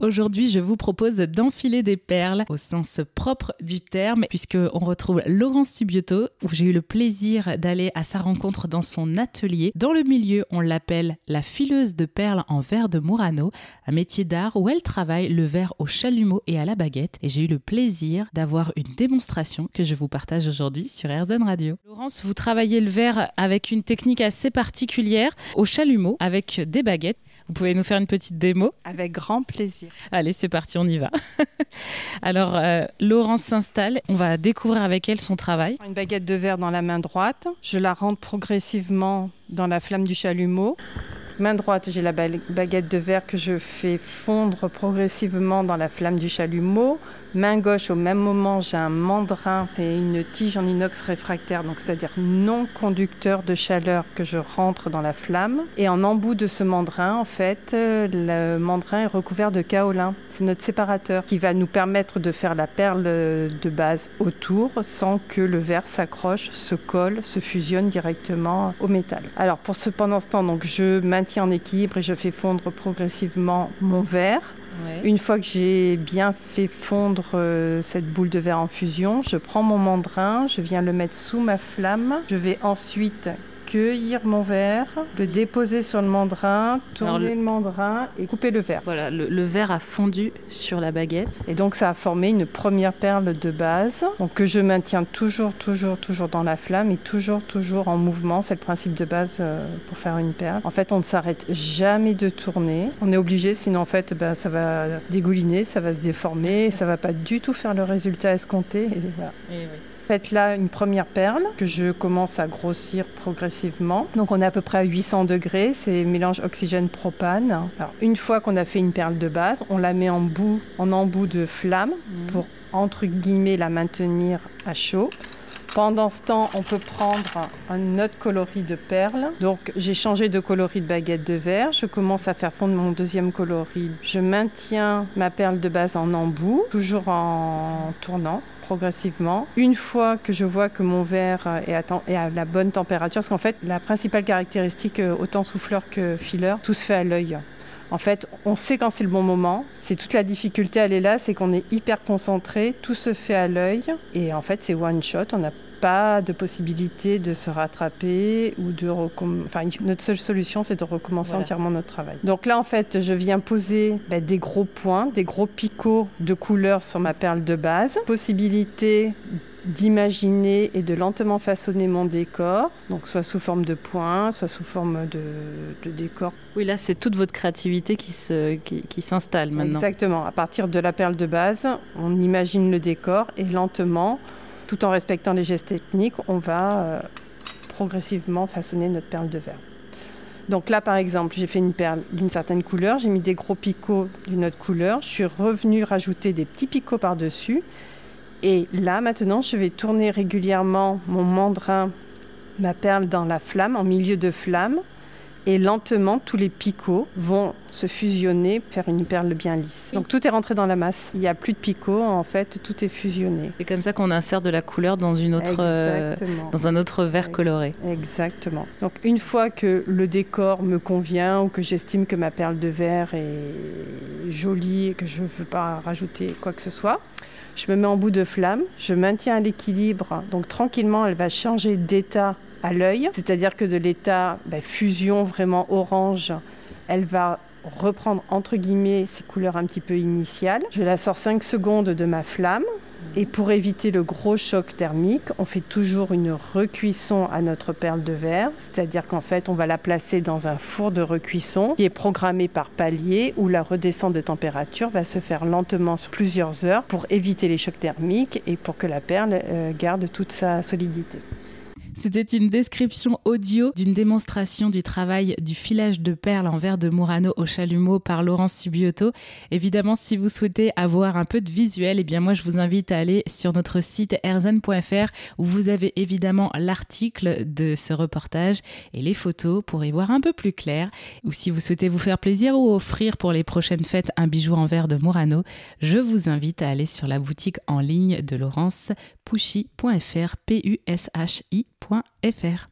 Aujourd'hui, je vous propose d'enfiler des perles au sens propre du terme, puisqu'on retrouve Laurence Subioto, où j'ai eu le plaisir d'aller à sa rencontre dans son atelier. Dans le milieu, on l'appelle la fileuse de perles en verre de Murano, un métier d'art où elle travaille le verre au chalumeau et à la baguette. Et j'ai eu le plaisir d'avoir une démonstration que je vous partage aujourd'hui sur RZN Radio. Laurence, vous travaillez le verre avec une technique assez particulière, au chalumeau, avec des baguettes. Vous pouvez nous faire une petite démo ? Avec grand plaisir. Allez, c'est parti, on y va. Alors, Laurence s'installe. On va découvrir avec elle son travail. Une baguette de verre dans la main droite. Je la rentre progressivement dans la flamme du chalumeau. Main droite, j'ai la baguette de verre que je fais fondre progressivement dans la flamme du chalumeau. Main gauche, au même moment, j'ai un mandrin et une tige en inox réfractaire, donc c'est-à-dire non conducteur de chaleur que je rentre dans la flamme. Et en embout de ce mandrin, en fait, le mandrin est recouvert de kaolin. C'est notre séparateur qui va nous permettre de faire la perle de base autour sans que le verre s'accroche, se colle, se fusionne directement au métal. Alors pendant ce temps, donc, je maintiens en équilibre et je fais fondre progressivement mon verre. Ouais. Une fois que j'ai bien fait fondre cette boule de verre en fusion, je prends mon mandrin, je viens le mettre sous ma flamme. Je vais ensuite cueillir mon verre, le déposer sur le mandrin, tourner le mandrin et couper le verre. Voilà, le verre a fondu sur la baguette. Et donc ça a formé une première perle de base, donc que je maintiens toujours dans la flamme et toujours en mouvement. C'est le principe de base pour faire une perle. En fait, on ne s'arrête jamais de tourner. On est obligé, sinon en fait, ça va dégouliner, ça va se déformer, et ça va pas du tout faire le résultat escompté. Et voilà. Et oui. Faites là une première perle que je commence à grossir progressivement. Donc on est à peu près à 800 degrés, c'est mélange oxygène-propane. Alors une fois qu'on a fait une perle de base, on la met en embout de flamme pour entre guillemets la maintenir à chaud. Pendant ce temps, on peut prendre un autre coloris de perles. Donc j'ai changé de coloris de baguette de verre. Je commence à faire fondre mon deuxième coloris. Je maintiens ma perle de base en embout, toujours en tournant progressivement. Une fois que je vois que mon verre est à la bonne température, parce qu'en fait, la principale caractéristique, autant souffleur que fileur, tout se fait à l'œil. En fait, on sait quand c'est le bon moment. C'est toute la difficulté, elle est là, c'est qu'on est hyper concentré, tout se fait à l'œil. Et en fait, c'est one shot, on n'a pas de possibilité de se rattraper ou de notre seule solution, c'est de recommencer entièrement notre travail. Donc là, en fait, je viens poser des gros points, des gros picots de couleur sur ma perle de base. Possibilité d'imaginer et de lentement façonner mon décor, donc soit sous forme de points, soit sous forme de décor. Oui, là, c'est toute votre créativité qui s'installe maintenant. Exactement. À partir de la perle de base, on imagine le décor et lentement, tout en respectant les gestes techniques, on va progressivement façonner notre perle de verre. Donc là, par exemple, j'ai fait une perle d'une certaine couleur, j'ai mis des gros picots d'une autre couleur, je suis revenue rajouter des petits picots par-dessus. Et là, maintenant, je vais tourner régulièrement mon mandrin, ma perle dans la flamme, en milieu de flamme. Et lentement, tous les picots vont se fusionner, faire une perle bien lisse. Donc tout est rentré dans la masse. Il n'y a plus de picots, en fait, tout est fusionné. C'est comme ça qu'on insère de la couleur dans dans un autre verre coloré. Exactement. Donc une fois que le décor me convient ou que j'estime que ma perle de verre est jolie et que je ne veux pas rajouter quoi que ce soit, je me mets en bout de flamme, je maintiens l'équilibre, donc tranquillement elle va changer d'état à l'œil, c'est-à-dire que de l'état fusion vraiment orange, elle va reprendre entre guillemets ses couleurs un petit peu initiales. Je la sors 5 secondes de ma flamme et pour éviter le gros choc thermique, on fait toujours une recuisson à notre perle de verre, c'est-à-dire qu'en fait on va la placer dans un four de recuisson qui est programmé par palier où la redescente de température va se faire lentement sur plusieurs heures pour éviter les chocs thermiques et pour que la perle garde toute sa solidité. C'était une description audio d'une démonstration du travail du filage de perles en verre de Murano au chalumeau par Laurence Subioto. Évidemment, si vous souhaitez avoir un peu de visuel, eh bien moi je vous invite à aller sur notre site rzn.fr où vous avez évidemment l'article de ce reportage et les photos pour y voir un peu plus clair. Ou si vous souhaitez vous faire plaisir ou offrir pour les prochaines fêtes un bijou en verre de Murano, je vous invite à aller sur la boutique en ligne de Laurence, pushi.fr, pushi.fr.